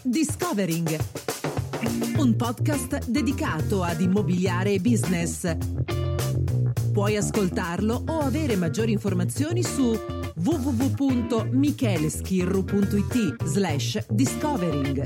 Discovering, un podcast dedicato ad immobiliare e business. Puoi ascoltarlo o avere maggiori informazioni su www.micheleschirru.it/discovering.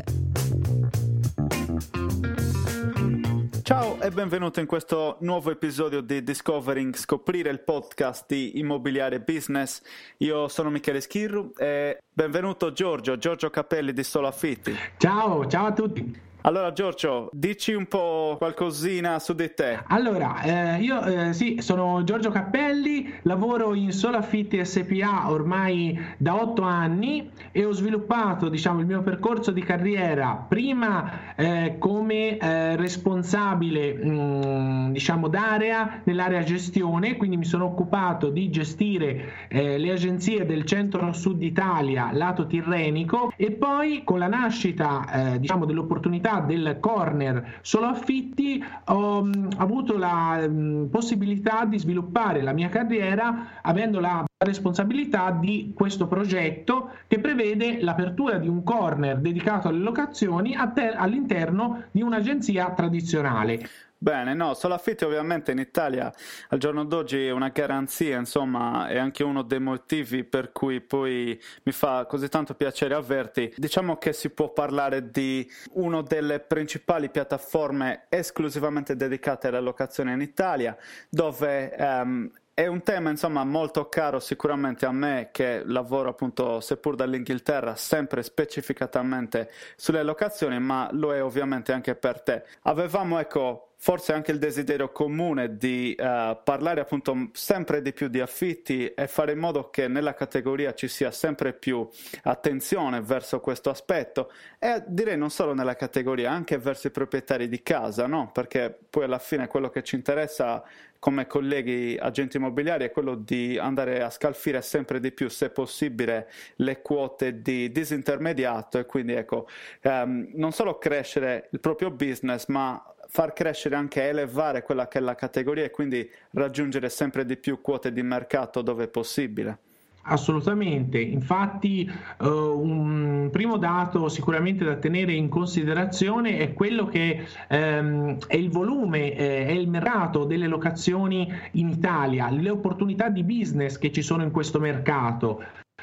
Ciao e benvenuto in questo nuovo episodio di Discovering, scoprire il podcast di immobiliare business. Io sono Michele Schirru e benvenuto Giorgio Capelli di Solo Affitti. Ciao a tutti. Allora Giorgio, dici un po' qualcosina su di te. Allora, io sono Giorgio Cappelli, lavoro in Solo Affitti SPA ormai da 8 anni e ho sviluppato, il mio percorso di carriera prima come responsabile, d'area nell'area gestione, quindi mi sono occupato di gestire le agenzie del centro-sud Italia, lato tirrenico, e poi con la nascita, dell'opportunità del corner Solo Affitti ho avuto la possibilità di sviluppare la mia carriera avendo la responsabilità di questo progetto che prevede l'apertura di un corner dedicato alle locazioni all'interno di un'agenzia tradizionale. Bene, no, Solo Affitti ovviamente in Italia al giorno d'oggi è una garanzia, insomma, è anche uno dei motivi per cui poi mi fa così tanto piacere averti. Diciamo che si può parlare di una delle principali piattaforme esclusivamente dedicate alla locazione in Italia, dove è un tema, insomma, molto caro sicuramente a me che lavoro appunto, seppur dall'Inghilterra, sempre specificatamente sulle locazioni, ma lo è ovviamente anche per te. Avevamo, forse anche il desiderio comune di parlare appunto sempre di più di affitti e fare in modo che nella categoria ci sia sempre più attenzione verso questo aspetto, e direi non solo nella categoria, anche verso i proprietari di casa, no? Perché poi alla fine quello che ci interessa come colleghi agenti immobiliari è quello di andare a scalfire sempre di più, se possibile, le quote di disintermediato e quindi non solo crescere il proprio business, ma far crescere anche, elevare quella che è la categoria e quindi raggiungere sempre di più quote di mercato dove è possibile. Assolutamente, infatti un primo dato sicuramente da tenere in considerazione è quello che è il volume, è il mercato delle locazioni in Italia, le opportunità di business che ci sono in questo mercato.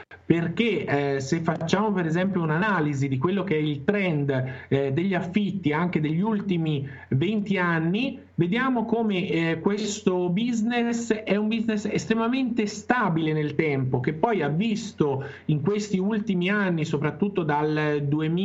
Perché se facciamo per esempio un'analisi di quello che è il trend degli affitti anche degli ultimi 20 anni, vediamo come questo business è un business estremamente stabile nel tempo, che poi ha visto in questi ultimi anni, soprattutto dal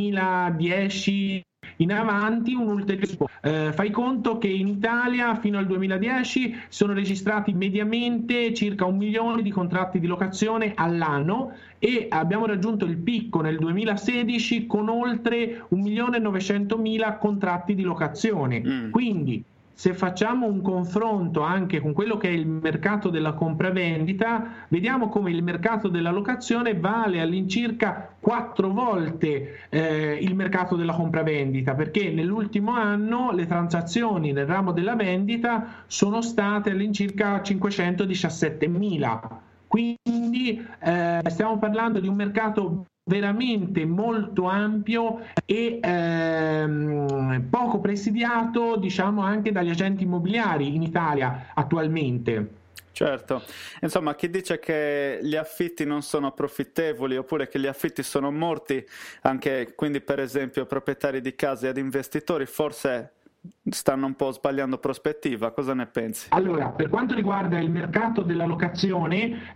2010 in avanti, un ulteriore fai conto che in Italia fino al 2010 sono registrati mediamente circa 1 milione di contratti di locazione all'anno e abbiamo raggiunto il picco nel 2016 con oltre 1.900.000 contratti di locazione. Quindi se facciamo un confronto anche con quello che è il mercato della compravendita, vediamo come il mercato della locazione vale all'incirca 4 volte il mercato della compravendita, perché nell'ultimo anno le transazioni nel ramo della vendita sono state all'incirca 517.000. Quindi stiamo parlando di un mercato veramente molto ampio e poco presidiato, anche dagli agenti immobiliari in Italia attualmente. Certo, insomma, chi dice che gli affitti non sono profittevoli oppure che gli affitti sono morti, anche quindi per esempio proprietari di case ed investitori, forse stanno un po' sbagliando prospettiva. Cosa ne pensi? Allora, per quanto riguarda il mercato della locazione,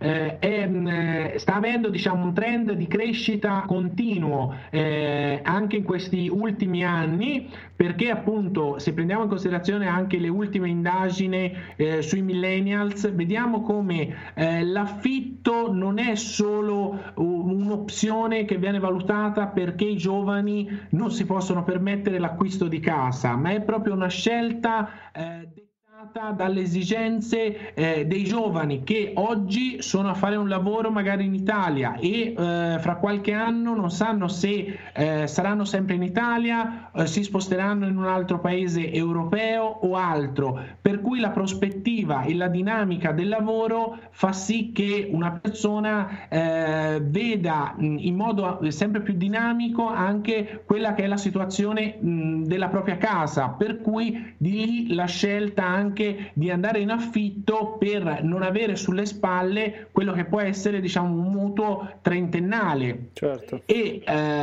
sta avendo un trend di crescita continuo anche in questi ultimi anni, perché appunto se prendiamo in considerazione anche le ultime indagini sui millennials, vediamo come l'affitto non è solo un'opzione che viene valutata perché i giovani non si possono permettere l'acquisto di casa, ma è proprio una scelta dettata dalle esigenze dei giovani che oggi sono a fare un lavoro magari in Italia e fra qualche anno non sanno se saranno sempre in Italia, si sposteranno in un altro paese europeo o altro, per cui la prospettiva e la dinamica del lavoro fa sì che una persona veda in modo sempre più dinamico anche quella che è la situazione della propria casa, per cui di lì la scelta anche di andare in affitto per non avere sulle spalle quello che può essere, diciamo, un mutuo trentennale. Certo. E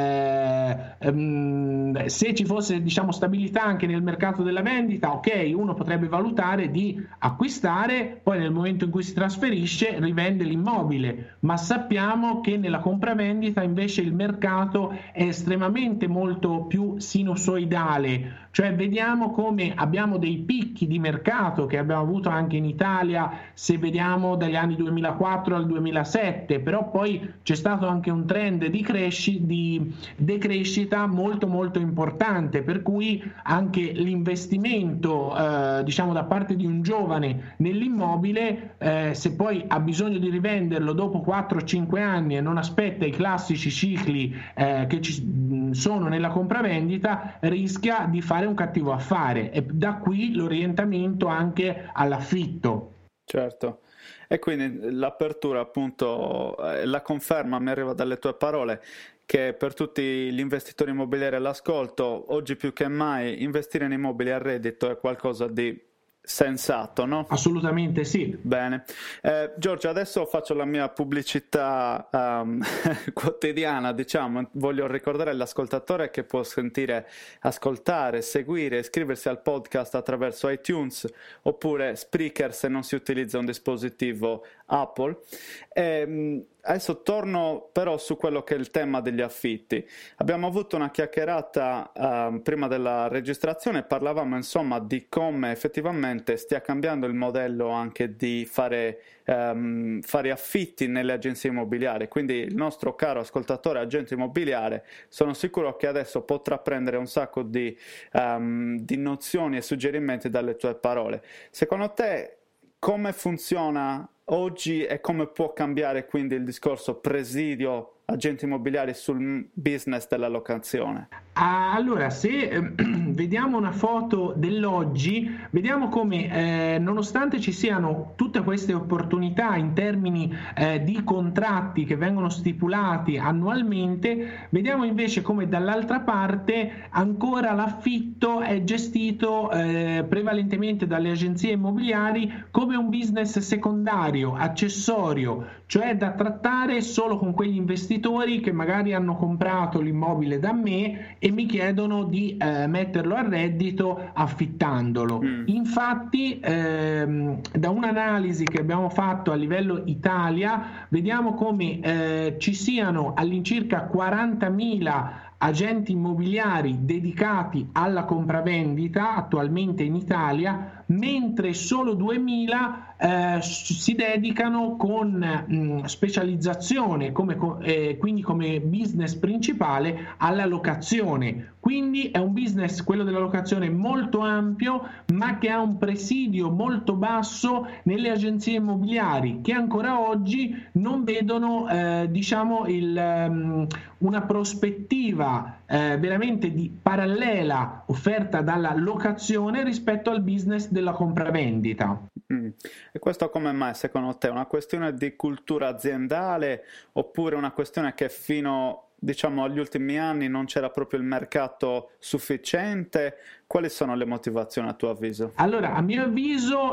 se ci fosse, diciamo, stabilità anche nel mercato della vendita, ok, uno potrebbe valutare di acquistare, poi nel momento in cui si trasferisce rivende l'immobile, ma sappiamo che nella compravendita invece il mercato è estremamente molto più sinusoidale, cioè vediamo come abbiamo dei picchi di mercato che abbiamo avuto anche in Italia, se vediamo dagli anni 2004 al 2007, però poi c'è stato anche un trend di decrescita molto molto importante, per cui anche l'investimento diciamo da parte di un giovane nell'immobile, se poi ha bisogno di rivenderlo dopo 4-5 anni e non aspetta i classici cicli che ci sono nella compravendita, rischia di fare un cattivo affare, e da qui l'orientamento anche all'affitto. Certo. E quindi l'apertura, appunto, la conferma mi arriva dalle tue parole che per tutti gli investitori immobiliari all'ascolto, oggi più che mai investire in immobili a reddito è qualcosa di sensato, no? Assolutamente sì. Bene. Giorgio, adesso faccio la mia pubblicità quotidiana, diciamo. Voglio ricordare all'ascoltatore che può ascoltare, seguire, iscriversi al podcast attraverso iTunes oppure Spreaker se non si utilizza un dispositivo Apple. Adesso torno però su quello che è il tema degli affitti. Abbiamo avuto una chiacchierata prima della registrazione, parlavamo insomma di come effettivamente stia cambiando il modello anche di fare affitti nelle agenzie immobiliari, quindi il nostro caro ascoltatore agente immobiliare sono sicuro che adesso potrà prendere un sacco di nozioni e suggerimenti dalle tue parole. Secondo te come funziona oggi e come può cambiare quindi il discorso presidio agenti immobiliari sul business della locazione? Allora, se vediamo una foto dell'oggi, vediamo come nonostante ci siano tutte queste opportunità in termini di contratti che vengono stipulati annualmente, vediamo invece come dall'altra parte ancora l'affitto è gestito prevalentemente dalle agenzie immobiliari come un business secondario, accessorio, cioè da trattare solo con quegli investitori che magari hanno comprato l'immobile da me e mi chiedono di metterlo a reddito affittandolo. Infatti da un'analisi che abbiamo fatto a livello Italia vediamo come ci siano all'incirca 40.000 agenti immobiliari dedicati alla compravendita attualmente in Italia, mentre solo 2.000 si dedicano con specializzazione, quindi come business principale, alla locazione. Quindi è un business, quello della locazione, molto ampio, ma che ha un presidio molto basso nelle agenzie immobiliari, che ancora oggi non vedono diciamo una prospettiva veramente parallela offerta dalla locazione rispetto al business della compravendita. E questo come mai secondo te? È una questione di cultura aziendale oppure una questione che fino agli ultimi anni non c'era proprio il mercato sufficiente? Quali sono le motivazioni a tuo avviso? Allora, a mio avviso,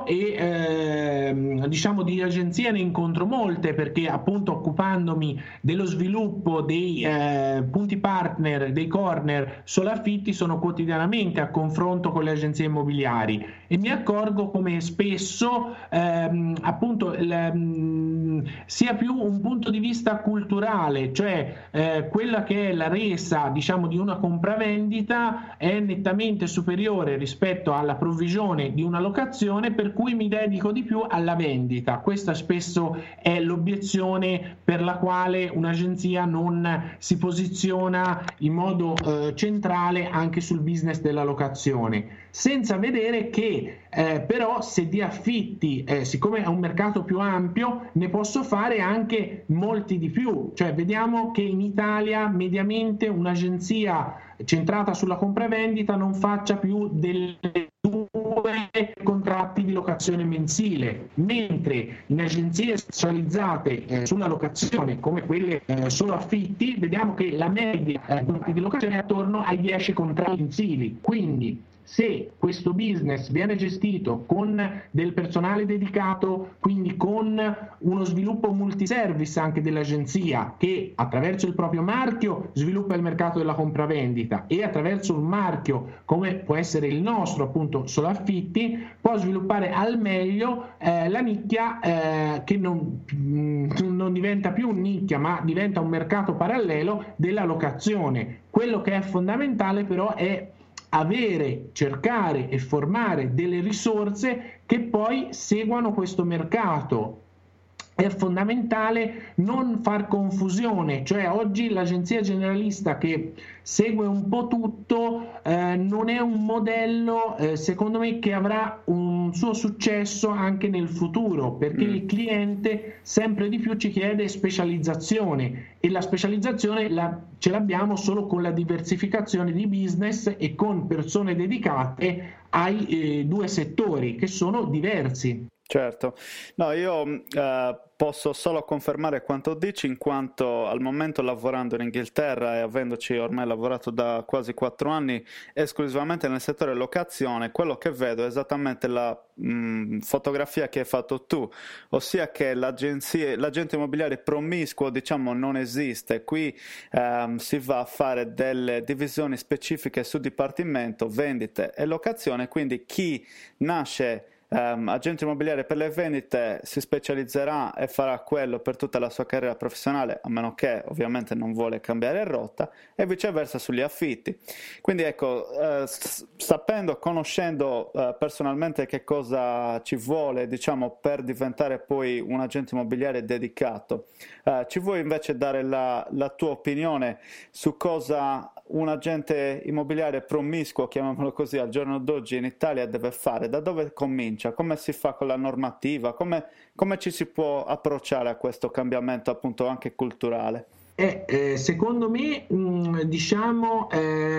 di agenzie ne incontro molte, perché appunto occupandomi dello sviluppo dei punti partner, dei corner Solaffitti, sono quotidianamente a confronto con le agenzie immobiliari e mi accorgo come spesso appunto sia più un punto di vista culturale, cioè quella che è la resa di una compravendita è nettamente superiore rispetto alla provvigione di una locazione, per cui mi dedico di più alla vendita. Questa spesso è l'obiezione per la quale un'agenzia non si posiziona in modo centrale anche sul business della locazione, senza vedere che però se di affitti, siccome è un mercato più ampio, ne posso fare anche molti di più. Cioè vediamo che in Italia mediamente un'agenzia centrata sulla compravendita non faccia più delle 2 contratti di locazione mensile, mentre in agenzie specializzate sulla locazione come quelle solo affitti, vediamo che la media di locazione è attorno ai 10 contratti mensili. Quindi se questo business viene gestito con del personale dedicato, quindi con uno sviluppo multiservice anche dell'agenzia, che attraverso il proprio marchio sviluppa il mercato della compravendita e attraverso un marchio come può essere il nostro, appunto solo affitti, può sviluppare al meglio la nicchia che non diventa più un nicchia ma diventa un mercato parallelo della locazione. Quello che è fondamentale però è cercare e formare delle risorse che poi seguano questo mercato. È fondamentale non far confusione, cioè oggi l'agenzia generalista che segue un po' tutto non è un modello secondo me che avrà un suo successo anche nel futuro, perché il cliente sempre di più ci chiede specializzazione e la specializzazione ce l'abbiamo solo con la diversificazione di business e con persone dedicate ai 2 settori che sono diversi. Certo, no, io posso solo confermare quanto dici, in quanto al momento lavorando in Inghilterra e avendoci ormai lavorato da quasi 4 anni esclusivamente nel settore locazione, quello che vedo è esattamente la fotografia che hai fatto tu, ossia che l'agente immobiliare promiscuo, diciamo, non esiste. Qui si va a fare delle divisioni specifiche su dipartimento, vendite e locazione, quindi chi nasce agente immobiliare per le vendite si specializzerà e farà quello per tutta la sua carriera professionale, a meno che ovviamente non vuole cambiare rotta, e viceversa sugli affitti. Quindi ecco, conoscendo personalmente che cosa ci vuole, diciamo, per diventare poi un agente immobiliare dedicato, ci vuoi invece dare la tua opinione su cosa un agente immobiliare promiscuo, chiamiamolo così, al giorno d'oggi in Italia deve fare? Da dove comincia? Come si fa con la normativa? Come ci si può approcciare a questo cambiamento appunto anche culturale? Secondo me, diciamo,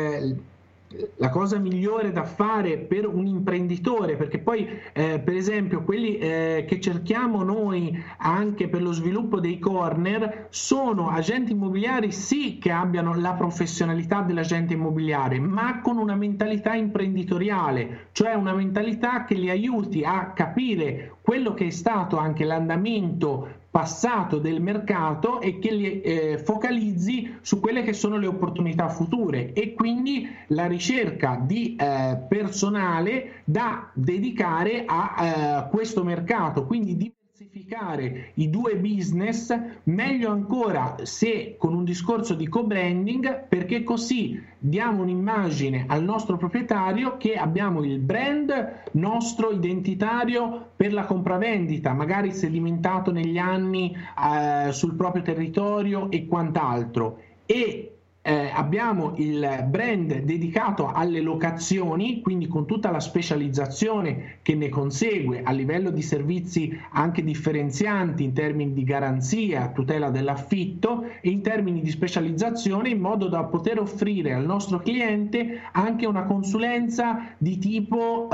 la cosa migliore da fare per un imprenditore, perché poi per esempio quelli che cerchiamo noi anche per lo sviluppo dei corner sono agenti immobiliari sì che abbiano la professionalità dell'agente immobiliare, ma con una mentalità imprenditoriale, cioè una mentalità che li aiuti a capire quello che è stato anche l'andamento passato del mercato e che li focalizzi su quelle che sono le opportunità future, e quindi la ricerca di personale da dedicare a questo mercato, quindi diversificare i 2 business, meglio ancora se con un discorso di co-branding, perché così diamo un'immagine al nostro proprietario che abbiamo il brand nostro identitario per la compravendita, magari sedimentato negli anni sul proprio territorio e quant'altro, e abbiamo il brand dedicato alle locazioni, quindi con tutta la specializzazione che ne consegue a livello di servizi anche differenzianti in termini di garanzia, tutela dell'affitto e in termini di specializzazione, in modo da poter offrire al nostro cliente anche una consulenza di tipo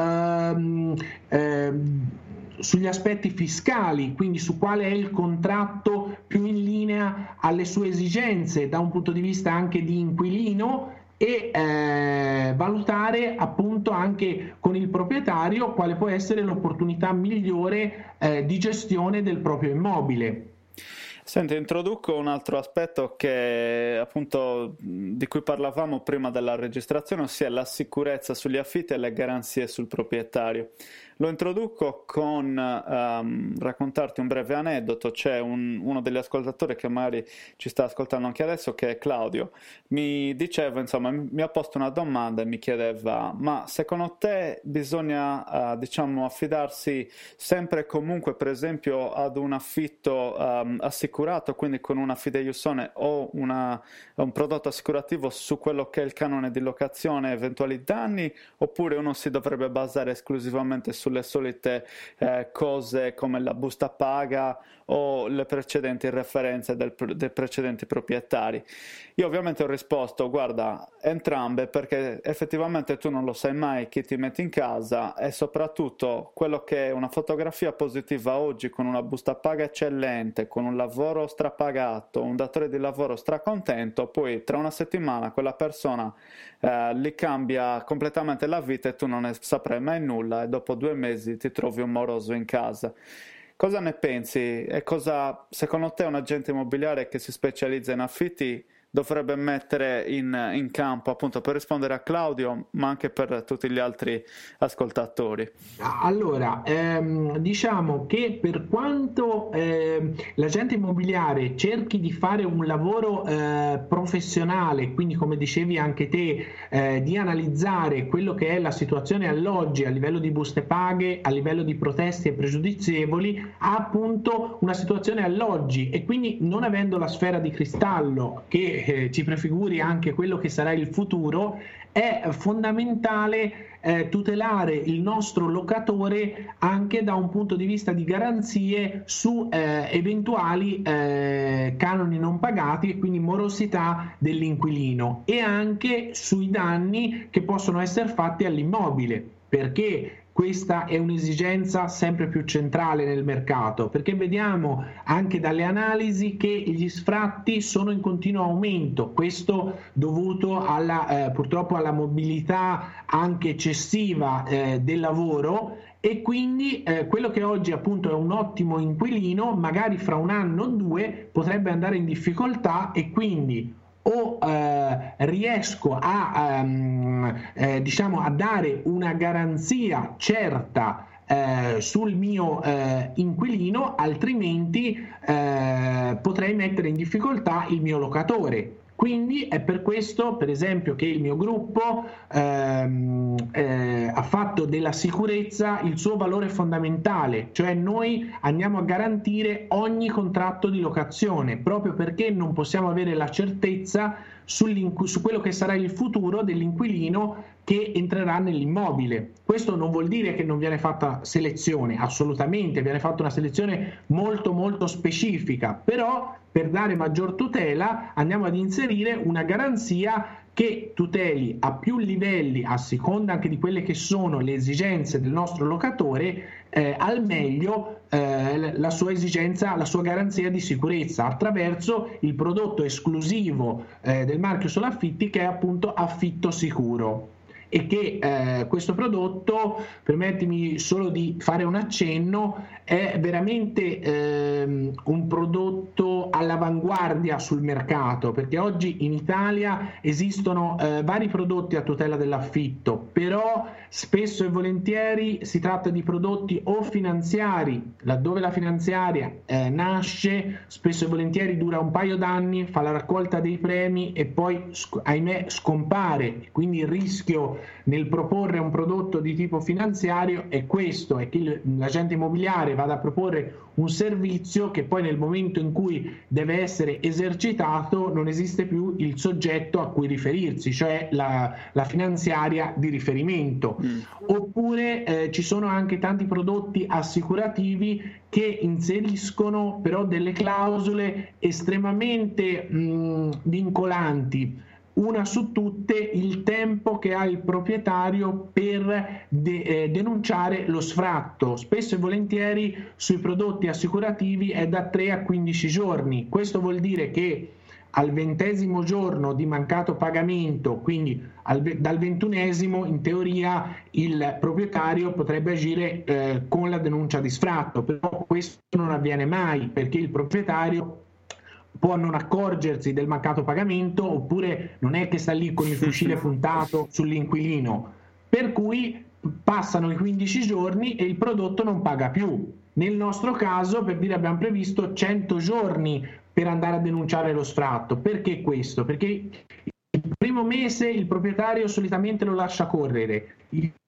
sugli aspetti fiscali, quindi su quale è il contratto più in linea alle sue esigenze da un punto di vista anche di inquilino, e valutare appunto anche con il proprietario quale può essere l'opportunità migliore di gestione del proprio immobile. Senti, introduco un altro aspetto che appunto di cui parlavamo prima della registrazione, ossia la sicurezza sugli affitti e le garanzie sul proprietario. Lo introduco con raccontarti un breve aneddoto. C'è uno degli ascoltatori che magari ci sta ascoltando anche adesso, che è Claudio. Mi diceva, insomma, mi ha posto una domanda e mi chiedeva: ma secondo te bisogna diciamo affidarsi sempre e comunque, per esempio, ad un affitto assicurato assicurato, quindi con una fideiussione o un prodotto assicurativo su quello che è il canone di locazione e eventuali danni, oppure uno si dovrebbe basare esclusivamente sulle solite cose come la busta paga o le precedenti referenze dei precedenti proprietari? Io ovviamente ho risposto: guarda, entrambe, perché effettivamente tu non lo sai mai chi ti metti in casa, e soprattutto quello che è una fotografia positiva oggi con una busta paga eccellente, con un lavoro strapagato, un datore di lavoro stracontento, poi tra una settimana quella persona gli cambia completamente la vita e tu non ne saprai mai nulla, e dopo 2 mesi ti trovi un moroso in casa. Cosa ne pensi? E cosa, secondo te, un agente immobiliare che si specializza in affitti dovrebbe mettere in campo, appunto, per rispondere a Claudio, ma anche per tutti gli altri ascoltatori? Allora, diciamo che per quanto l'agente immobiliare cerchi di fare un lavoro professionale, quindi come dicevi anche te, di analizzare quello che è la situazione all'oggi a livello di buste paghe, a livello di protesti e pregiudizievoli, ha appunto una situazione all'oggi, e quindi non avendo la sfera di cristallo che ci prefiguri anche quello che sarà il futuro, è fondamentale tutelare il nostro locatore anche da un punto di vista di garanzie su eventuali canoni non pagati, e quindi morosità dell'inquilino, e anche sui danni che possono essere fatti all'immobile, perché questa è un'esigenza sempre più centrale nel mercato, perché vediamo anche dalle analisi che gli sfratti sono in continuo aumento, questo dovuto purtroppo alla mobilità anche eccessiva del lavoro, e quindi quello che oggi appunto è un ottimo inquilino magari fra 1 anno o 2 potrebbe andare in difficoltà, e quindi o riesco a dare una garanzia certa sul mio inquilino, altrimenti potrei mettere in difficoltà il mio locatore. Quindi è per questo, per esempio, che il mio gruppo ha fatto della sicurezza il suo valore fondamentale, cioè noi andiamo a garantire ogni contratto di locazione, proprio perché non possiamo avere la certezza su quello che sarà il futuro dell'inquilino che entrerà nell'immobile. Questo non vuol dire che non viene fatta selezione, assolutamente, viene fatta una selezione molto molto specifica, però per dare maggior tutela andiamo ad inserire una garanzia che tuteli a più livelli, a seconda anche di quelle che sono le esigenze del nostro locatore, al meglio la sua esigenza, la sua garanzia di sicurezza, attraverso il prodotto esclusivo del marchio Solaffitti, che è appunto Affitto Sicuro. E che questo prodotto, permettimi solo di fare un accenno, è veramente un prodotto all'avanguardia sul mercato, perché oggi in Italia esistono vari prodotti a tutela dell'affitto, però spesso e volentieri si tratta di prodotti o finanziari, laddove la finanziaria nasce, spesso e volentieri dura un paio d'anni, fa la raccolta dei premi e poi ahimè scompare, quindi il rischio nel proporre un prodotto di tipo finanziario è questo, è che l'agente immobiliare vada a proporre un servizio che poi nel momento in cui deve essere esercitato non esiste più il soggetto a cui riferirsi, cioè la finanziaria di riferimento. Oppure ci sono anche tanti prodotti assicurativi che inseriscono però delle clausole estremamente vincolanti. Una su tutte, il tempo che ha il proprietario per denunciare lo sfratto. Spesso e volentieri sui prodotti assicurativi è da 3 a 15 giorni. Questo vuol dire che al 20° giorno di mancato pagamento, quindi dal 21° in teoria il proprietario potrebbe agire con la denuncia di sfratto, però questo non avviene mai, perché il proprietario può non accorgersi del mancato pagamento, oppure non è che sta lì con il fucile puntato sull'inquilino, per cui passano i 15 giorni e il prodotto non paga più. Nel nostro caso, per dire, abbiamo previsto 100 giorni per andare a denunciare lo sfratto. Perché questo? Perché il primo mese il proprietario solitamente lo lascia correre, il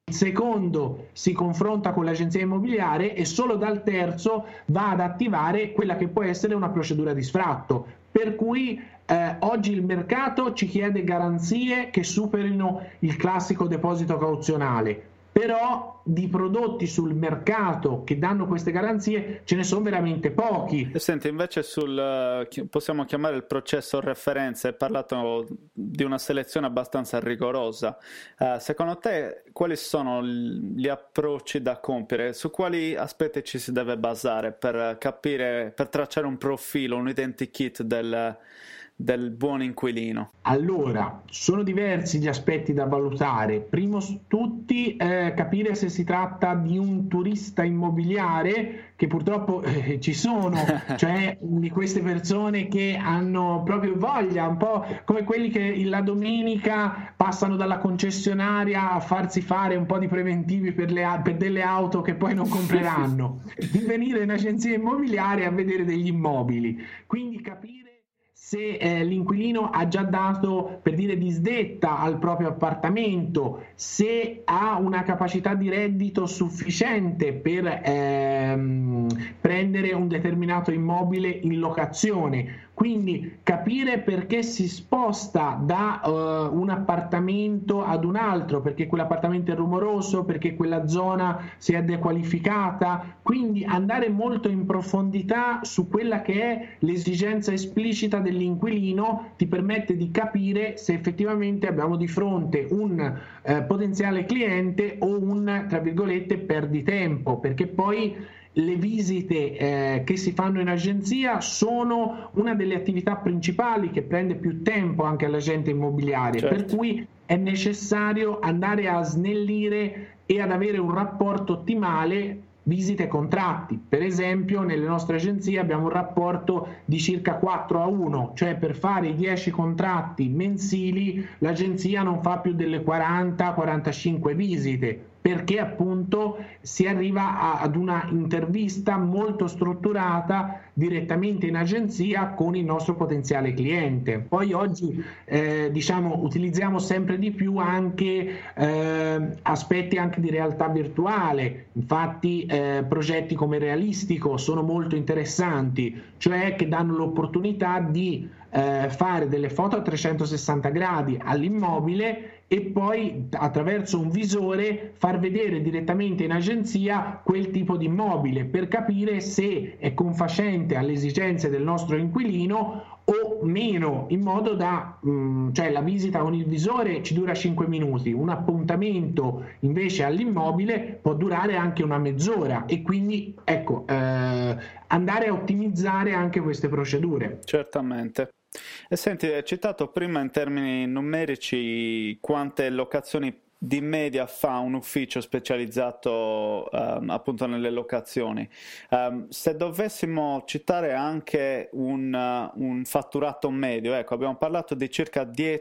il secondo si confronta con l'agenzia immobiliare e solo dal terzo va ad attivare quella che può essere una procedura di sfratto. Per cui oggi il mercato ci chiede garanzie che superino il classico deposito cauzionale, però di prodotti sul mercato che danno queste garanzie ce ne sono veramente pochi. E senti, invece possiamo chiamare il processo referenza, hai parlato di una selezione abbastanza rigorosa. Secondo te quali sono gli approcci da compiere? Su quali aspetti ci si deve basare per capire, per tracciare un profilo, un identikit del buon inquilino? Allora, sono diversi gli aspetti da valutare. Primo su tutti, capire se si tratta di un turista immobiliare, che purtroppo ci sono, cioè di queste persone che hanno proprio voglia, un po' come quelli che la domenica passano dalla concessionaria a farsi fare un po' di preventivi per delle auto che poi non compreranno, di venire in agenzia immobiliare a vedere degli immobili. Quindi capire se l'inquilino ha già dato, per dire, disdetta al proprio appartamento, se ha una capacità di reddito sufficiente per prendere un determinato immobile in locazione. Quindi capire perché si sposta da un appartamento ad un altro, perché quell'appartamento è rumoroso, perché quella zona si è dequalificata. Quindi andare molto in profondità su quella che è l'esigenza esplicita dell'inquilino ti permette di capire se effettivamente abbiamo di fronte un potenziale cliente o un, tra virgolette, perditempo, perché poi le visite che si fanno in agenzia sono una delle attività principali che prende più tempo anche all'agente immobiliare, certo. Per cui è necessario andare a snellire e ad avere un rapporto ottimale visite e contratti. Per esempio nelle nostre agenzie abbiamo un rapporto di circa 4-1, cioè per fare i 10 contratti mensili l'agenzia non fa più delle 40-45 visite, perché appunto si arriva ad una intervista molto strutturata direttamente in agenzia con il nostro potenziale cliente. Poi oggi utilizziamo sempre di più anche aspetti anche di realtà virtuale, infatti progetti come Realistico sono molto interessanti, cioè che danno l'opportunità di fare delle foto a 360 gradi all'immobile e poi attraverso un visore far vedere direttamente in agenzia quel tipo di immobile per capire se è confacente alle esigenze del nostro inquilino o meno, in modo da cioè la visita con il visore ci dura 5 minuti, un appuntamento invece all'immobile può durare anche una mezz'ora e quindi ecco andare a ottimizzare anche queste procedure. Certamente. E senti, hai citato prima in termini numerici quante locazioni di media fa un ufficio specializzato appunto nelle locazioni. Se dovessimo citare anche un fatturato medio, ecco, abbiamo parlato di circa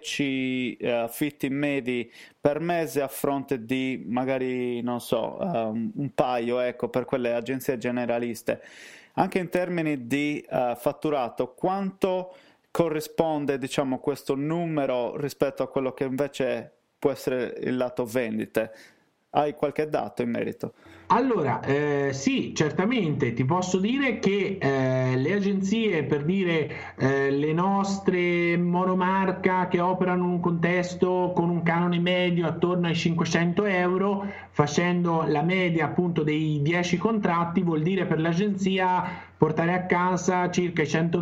10 affitti medi per mese a fronte di magari, non so, un paio, ecco, per quelle agenzie generaliste. Anche in termini di fatturato, quanto corrisponde, diciamo, questo numero rispetto a quello che invece può essere il lato vendite? Hai qualche dato in merito? Allora, sì, certamente ti posso dire che le agenzie, per dire le nostre monomarca che operano in un contesto con un canone medio attorno ai 500 euro, facendo la media appunto dei 10 contratti, vuol dire per l'agenzia portare a casa circa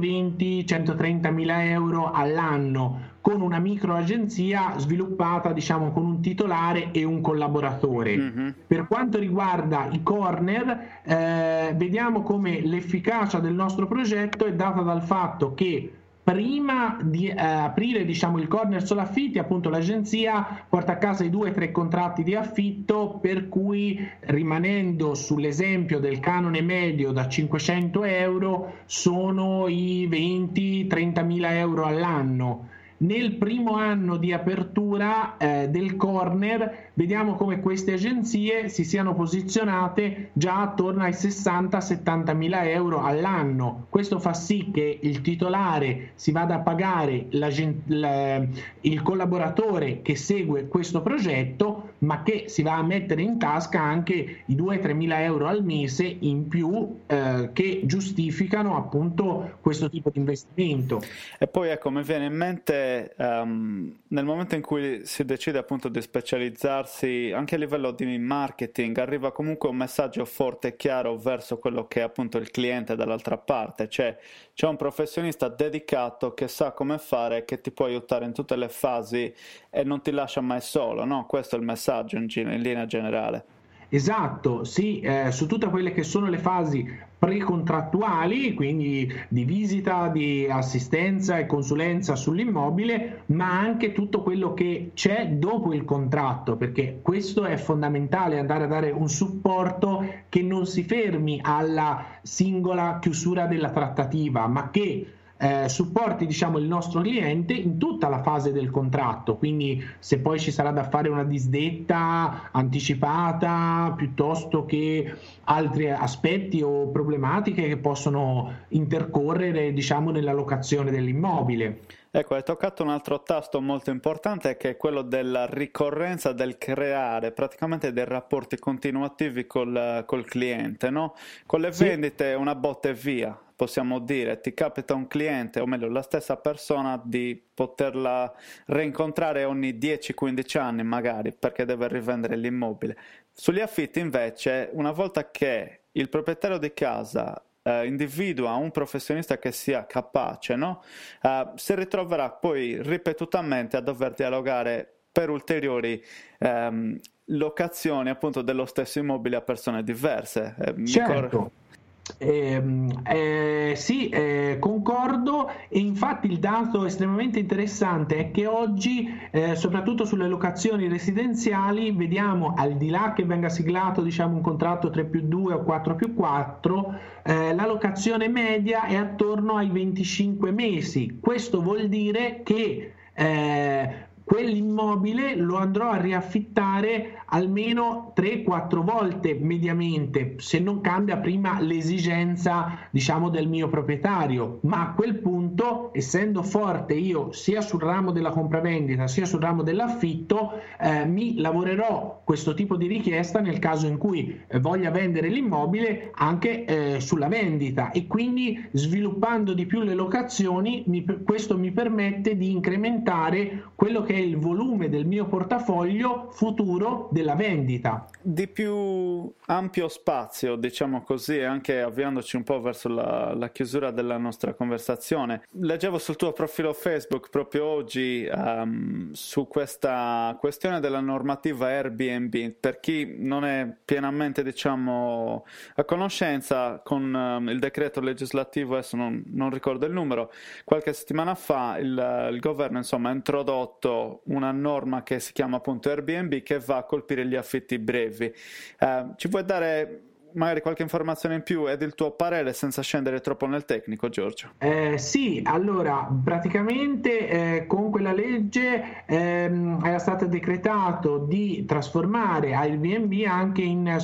120-130 mila euro all'anno, con una micro agenzia sviluppata, diciamo, con un titolare e un collaboratore. Mm-hmm. Per quanto riguarda i corner, vediamo come l'efficacia del nostro progetto è data dal fatto che prima di aprire, diciamo, il corner solo affitti, appunto l'agenzia porta a casa i 2-3 contratti di affitto, per cui, rimanendo sull'esempio del canone medio da 500 euro, sono i 20-30 mila euro all'anno. nel primo anno di apertura del corner vediamo come queste agenzie si siano posizionate già attorno ai 60-70 mila euro all'anno. Questo fa sì che il titolare si vada a pagare il collaboratore che segue questo progetto, ma che si va a mettere in tasca anche i 2-3 mila euro al mese in più che giustificano appunto questo tipo di investimento. E poi ecco, mi viene in mente nel momento in cui si decide appunto di specializzarsi anche a livello di marketing, arriva comunque un messaggio forte e chiaro verso quello che è appunto il cliente dall'altra parte, cioè c'è un professionista dedicato che sa come fare, che ti può aiutare in tutte le fasi e non ti lascia mai solo, no? Questo è il messaggio in linea generale. Esatto, sì, su tutte quelle che sono le fasi precontrattuali, quindi di visita, di assistenza e consulenza sull'immobile, ma anche tutto quello che c'è dopo il contratto, perché questo è fondamentale, andare a dare un supporto che non si fermi alla singola chiusura della trattativa, ma che supporti diciamo il nostro cliente in tutta la fase del contratto, quindi se poi ci sarà da fare una disdetta anticipata piuttosto che altri aspetti o problematiche che possono intercorrere diciamo nella locazione dell'immobile. Ecco, hai toccato un altro tasto molto importante che è quello della ricorrenza, del creare praticamente dei rapporti continuativi col cliente, no? Con le vendite una botta e via, possiamo dire, ti capita un cliente, o meglio la stessa persona, di poterla rincontrare ogni 10-15 anni magari perché deve rivendere l'immobile. Sugli affitti invece, una volta che il proprietario di casa individua un professionista che sia capace, no? Si ritroverà poi ripetutamente a dover dialogare per ulteriori locazioni appunto dello stesso immobile a persone diverse. Certo. Sì, concordo, e infatti il dato estremamente interessante è che oggi soprattutto sulle locazioni residenziali vediamo, al di là che venga siglato diciamo un contratto 3+2 o 4+4, la locazione media è attorno ai 25 mesi. Questo vuol dire che quell'immobile lo andrò a riaffittare almeno 3-4 volte mediamente, se non cambia prima l'esigenza diciamo del mio proprietario, ma a quel punto, essendo forte io sia sul ramo della compravendita sia sul ramo dell'affitto, mi lavorerò questo tipo di richiesta nel caso in cui voglia vendere l'immobile anche sulla vendita, e quindi sviluppando di più le locazioni questo mi permette di incrementare quello che è il volume del mio portafoglio futuro della vendita. Di più ampio spazio, diciamo così, anche avviandoci un po' verso la chiusura della nostra conversazione. Leggevo sul tuo profilo Facebook proprio oggi su questa questione della normativa Airbnb. Per chi non è pienamente, diciamo, a conoscenza con il decreto legislativo, adesso non ricordo il numero, qualche settimana fa il governo insomma ha introdotto una norma che si chiama appunto Airbnb, che va a colpire gli affitti brevi. Ci puoi dare magari qualche informazione in più ed il tuo parere senza scendere troppo nel tecnico, Giorgio? Sì, allora in quella legge era stato decretato di trasformare Airbnb anche in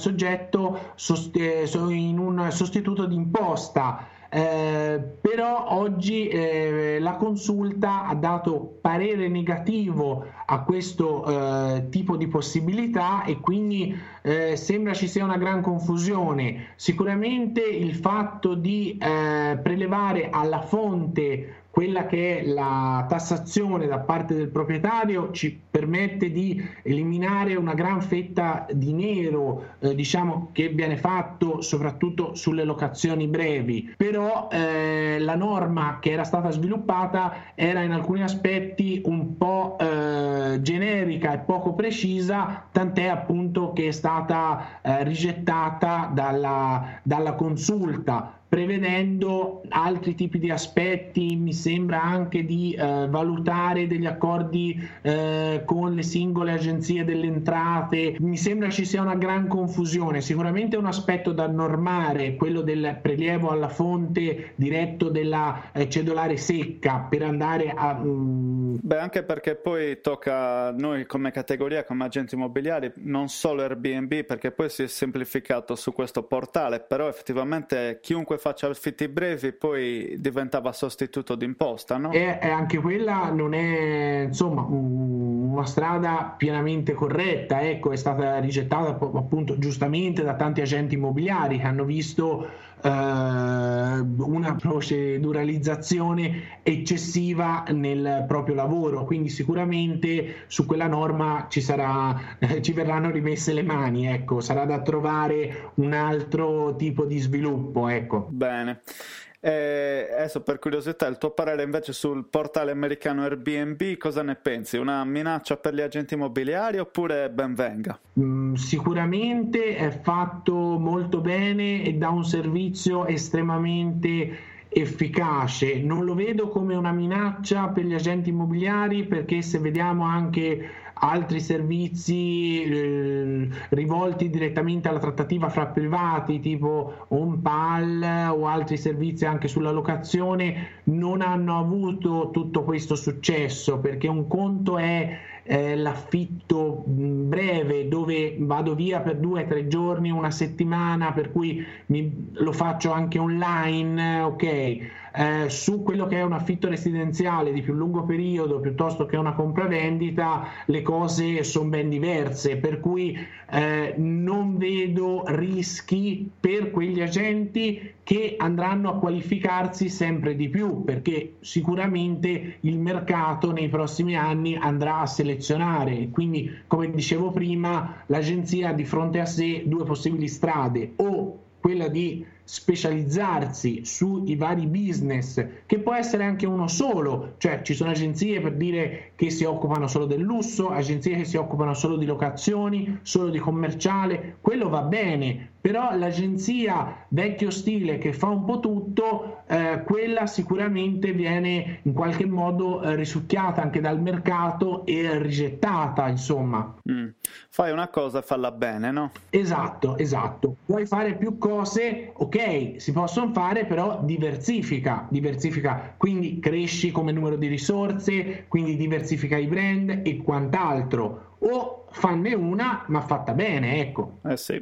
in un sostituto d'imposta. Però oggi la consulta ha dato parere negativo a questo tipo di possibilità, e quindi sembra ci sia una gran confusione. Sicuramente il fatto di prelevare alla fonte quella che è la tassazione da parte del proprietario ci permette di eliminare una gran fetta di nero, diciamo, che viene fatto soprattutto sulle locazioni brevi. Però la norma che era stata sviluppata era in alcuni aspetti un po' generica e poco precisa, tant'è appunto che è stata rigettata dalla consulta, prevedendo altri tipi di aspetti. Mi sembra anche di valutare degli accordi con le singole agenzie delle entrate. Mi sembra ci sia una gran confusione. Sicuramente un aspetto da normare, quello del prelievo alla fonte diretto della cedolare secca, per andare a Beh, anche perché poi tocca a noi come categoria, come agenti immobiliari, non solo Airbnb, perché poi si è semplificato su questo portale, però effettivamente chiunque faccia affitti brevi poi diventava sostituto d'imposta, no? E anche quella non è, insomma, una strada pienamente corretta, ecco, è stata rigettata appunto giustamente da tanti agenti immobiliari che hanno visto una proceduralizzazione eccessiva nel proprio lavoro, quindi sicuramente su quella norma ci verranno rimesse le mani, ecco, sarà da trovare un altro tipo di sviluppo, ecco. Bene. Adesso per curiosità, il tuo parere invece sul portale americano Airbnb, cosa ne pensi? Una minaccia per gli agenti immobiliari oppure ben venga? Sicuramente è fatto molto bene e dà un servizio estremamente efficace. Non lo vedo come una minaccia per gli agenti immobiliari, perché se vediamo anche altri servizi rivolti direttamente alla trattativa fra privati tipo OnPal o altri servizi anche sulla locazione, non hanno avuto tutto questo successo, perché un conto è l'affitto breve dove vado via per 2 o 3 giorni, una settimana, per cui lo faccio anche online, ok. Su quello che è un affitto residenziale di più lungo periodo piuttosto che una compravendita, le cose sono ben diverse, per cui non vedo rischi per quegli agenti che andranno a qualificarsi sempre di più, perché sicuramente il mercato nei prossimi anni andrà a selezionare. Quindi, come dicevo prima, l'agenzia ha di fronte a sé 2 possibili strade: o quella di specializzarsi sui vari business, che può essere anche uno solo, cioè ci sono agenzie, per dire, che si occupano solo del lusso, agenzie che si occupano solo di locazioni, solo di commerciale, quello va bene, però l'agenzia vecchio stile che fa un po' tutto, quella sicuramente viene in qualche modo risucchiata anche dal mercato e rigettata, insomma. Fai una cosa e falla bene, no? Esatto. Puoi fare più cose, ok, si possono fare, però diversifica, quindi cresci come numero di risorse, quindi diversifica i brand e quant'altro, o fanne una ma fatta bene, ecco. Sì.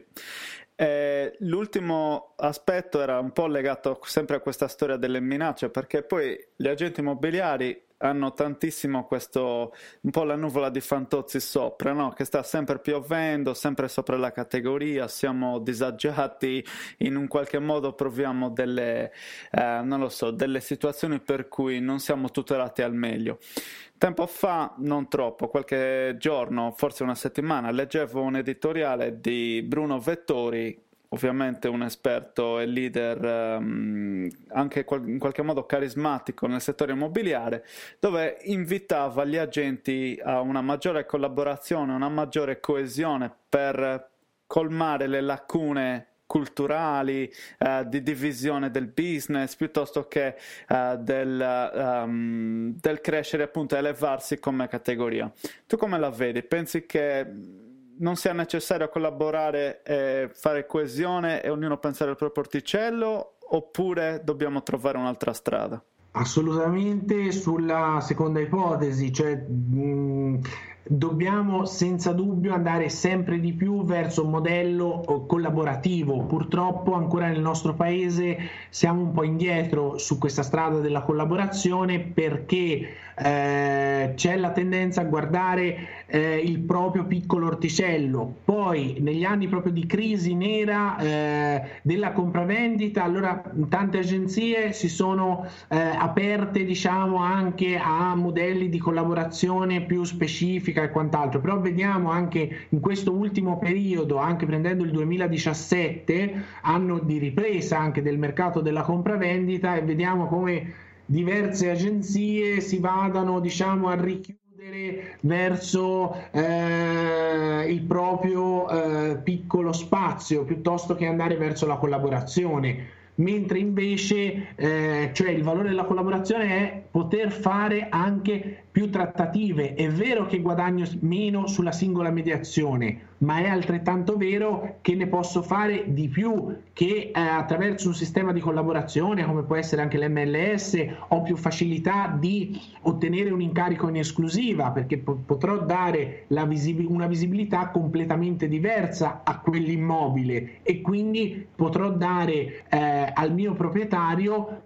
L'ultimo aspetto era un po' legato sempre a questa storia delle minacce, perché poi gli agenti immobiliari hanno tantissimo questo, un po' la nuvola di Fantozzi sopra, no? Che sta sempre piovendo, sempre sopra la categoria, siamo disagiati, in un qualche modo proviamo delle, non lo so, delle situazioni per cui non siamo tutelati al meglio. Tempo fa, non troppo, qualche giorno, forse una settimana, leggevo un editoriale di Bruno Vettori, ovviamente un esperto e leader anche in qualche modo carismatico nel settore immobiliare, dove invitava gli agenti a una maggiore collaborazione, una maggiore coesione per colmare le lacune culturali, di divisione del business, piuttosto che del crescere, appunto, elevarsi come categoria. Tu come la vedi? Pensi che non sia necessario collaborare e fare coesione e ognuno pensare al proprio orticello, oppure dobbiamo trovare un'altra strada? Assolutamente sulla seconda ipotesi, cioè dobbiamo senza dubbio andare sempre di più verso un modello collaborativo. Purtroppo ancora nel nostro paese siamo un po' indietro su questa strada della collaborazione, perché c'è la tendenza a guardare il proprio piccolo orticello. Poi negli anni proprio di crisi nera della compravendita, allora tante agenzie si sono aperte, diciamo, anche a modelli di collaborazione più specifica e quant'altro, però vediamo anche in questo ultimo periodo, anche prendendo il 2017, anno di ripresa anche del mercato della compravendita, e vediamo come diverse agenzie si vadano, diciamo, a richiudere verso il proprio piccolo spazio, piuttosto che andare verso la collaborazione. Mentre invece cioè il valore della collaborazione è poter fare anche più trattative. È vero che guadagno meno sulla singola mediazione, ma è altrettanto vero che ne posso fare di più, che attraverso un sistema di collaborazione come può essere anche l'MLS ho più facilità di ottenere un incarico in esclusiva, perché potrò dare una visibilità completamente diversa a quell'immobile e quindi potrò dare al mio proprietario,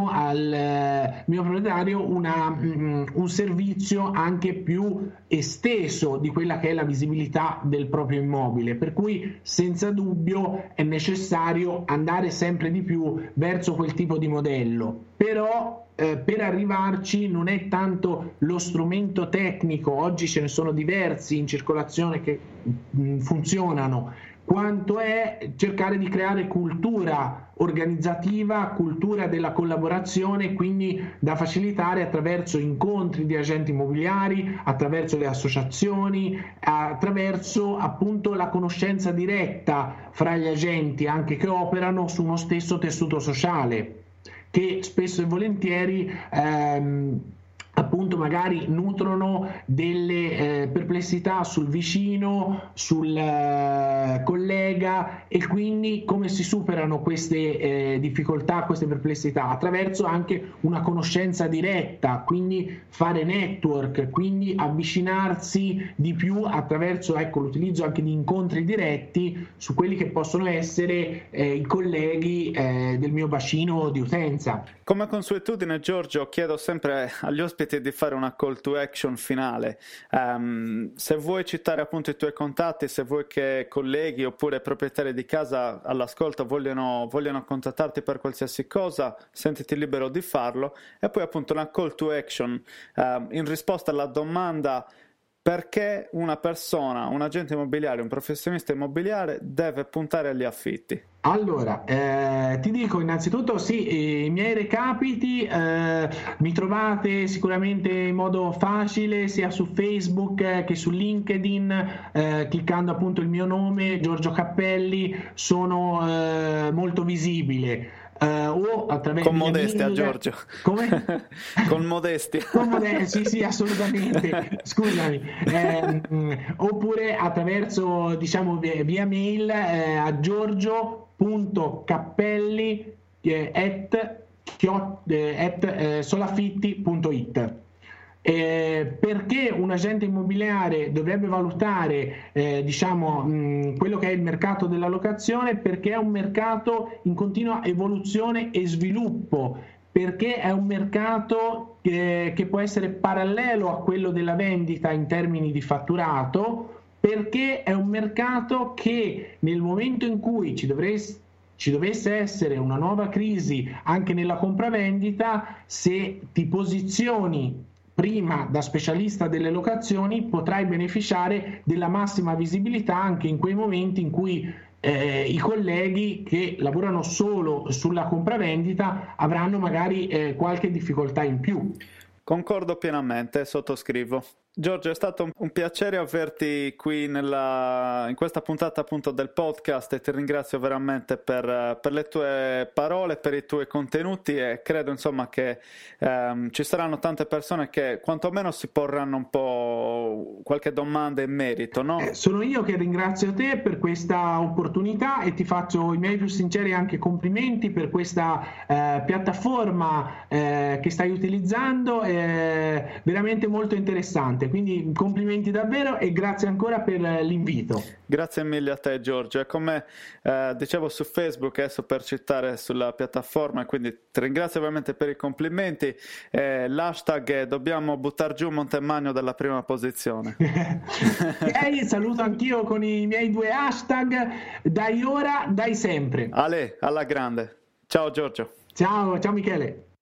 un servizio anche più esteso di quella che è la visibilità del proprio immobile, per cui senza dubbio è necessario andare sempre di più verso quel tipo di modello. Però per arrivarci non è tanto lo strumento tecnico, oggi ce ne sono diversi in circolazione che funzionano, quanto è cercare di creare cultura organizzativa, cultura della collaborazione, quindi da facilitare attraverso incontri di agenti immobiliari, attraverso le associazioni, attraverso appunto la conoscenza diretta fra gli agenti anche che operano su uno stesso tessuto sociale, che spesso e volentieri appunto magari nutrono delle perplessità sul vicino, sul collega, e quindi come si superano queste difficoltà, queste perplessità? Attraverso anche una conoscenza diretta, quindi fare network, quindi avvicinarsi di più attraverso l'utilizzo anche di incontri diretti su quelli che possono essere i colleghi del mio bacino di utenza. Come consuetudine, Giorgio, chiedo sempre agli ospiti di fare una call to action finale. Se vuoi citare appunto i tuoi contatti, se vuoi che colleghi oppure proprietari di casa all'ascolto vogliono contattarti per qualsiasi cosa, sentiti libero di farlo. E poi appunto una call to action in risposta alla domanda: perché una persona, un agente immobiliare, un professionista immobiliare deve puntare agli affitti? Allora, ti dico innanzitutto sì, i miei recapiti mi trovate sicuramente in modo facile sia su Facebook che su LinkedIn, cliccando appunto il mio nome, Giorgio Cappelli, sono molto visibile. O attraverso con modestia, Giorgio. Come? Con modestia. Sì, assolutamente. Scusami. Oppure attraverso, diciamo, via mail a giorgio.cappelli @solafitti.it. Perché un agente immobiliare dovrebbe valutare quello che è il mercato della locazione? Perché è un mercato in continua evoluzione e sviluppo, perché è un mercato che può essere parallelo a quello della vendita in termini di fatturato, perché è un mercato che nel momento in cui ci dovesse essere una nuova crisi anche nella compravendita, se ti posizioni prima da specialista delle locazioni potrai beneficiare della massima visibilità anche in quei momenti in cui i colleghi che lavorano solo sulla compravendita avranno magari qualche difficoltà in più. Concordo pienamente, sottoscrivo. Giorgio, è stato un piacere averti qui in questa puntata appunto del podcast e ti ringrazio veramente per le tue parole, per i tuoi contenuti, e credo insomma che ci saranno tante persone che quantomeno si porranno un po' qualche domanda in merito, no? Sono io che ringrazio te per questa opportunità e ti faccio i miei più sinceri anche complimenti per questa piattaforma che stai utilizzando, veramente molto interessante. Quindi complimenti davvero e grazie ancora per l'invito. Grazie mille a te, Giorgio. E come dicevo su Facebook, adesso per citare sulla piattaforma, quindi ti ringrazio ovviamente per i complimenti. L'hashtag è dobbiamo buttare giù Montemagno dalla prima posizione. Saluto anch'io con i miei 2 hashtag, dai ora, dai sempre. Ale, alla grande. Ciao Giorgio. Ciao Michele.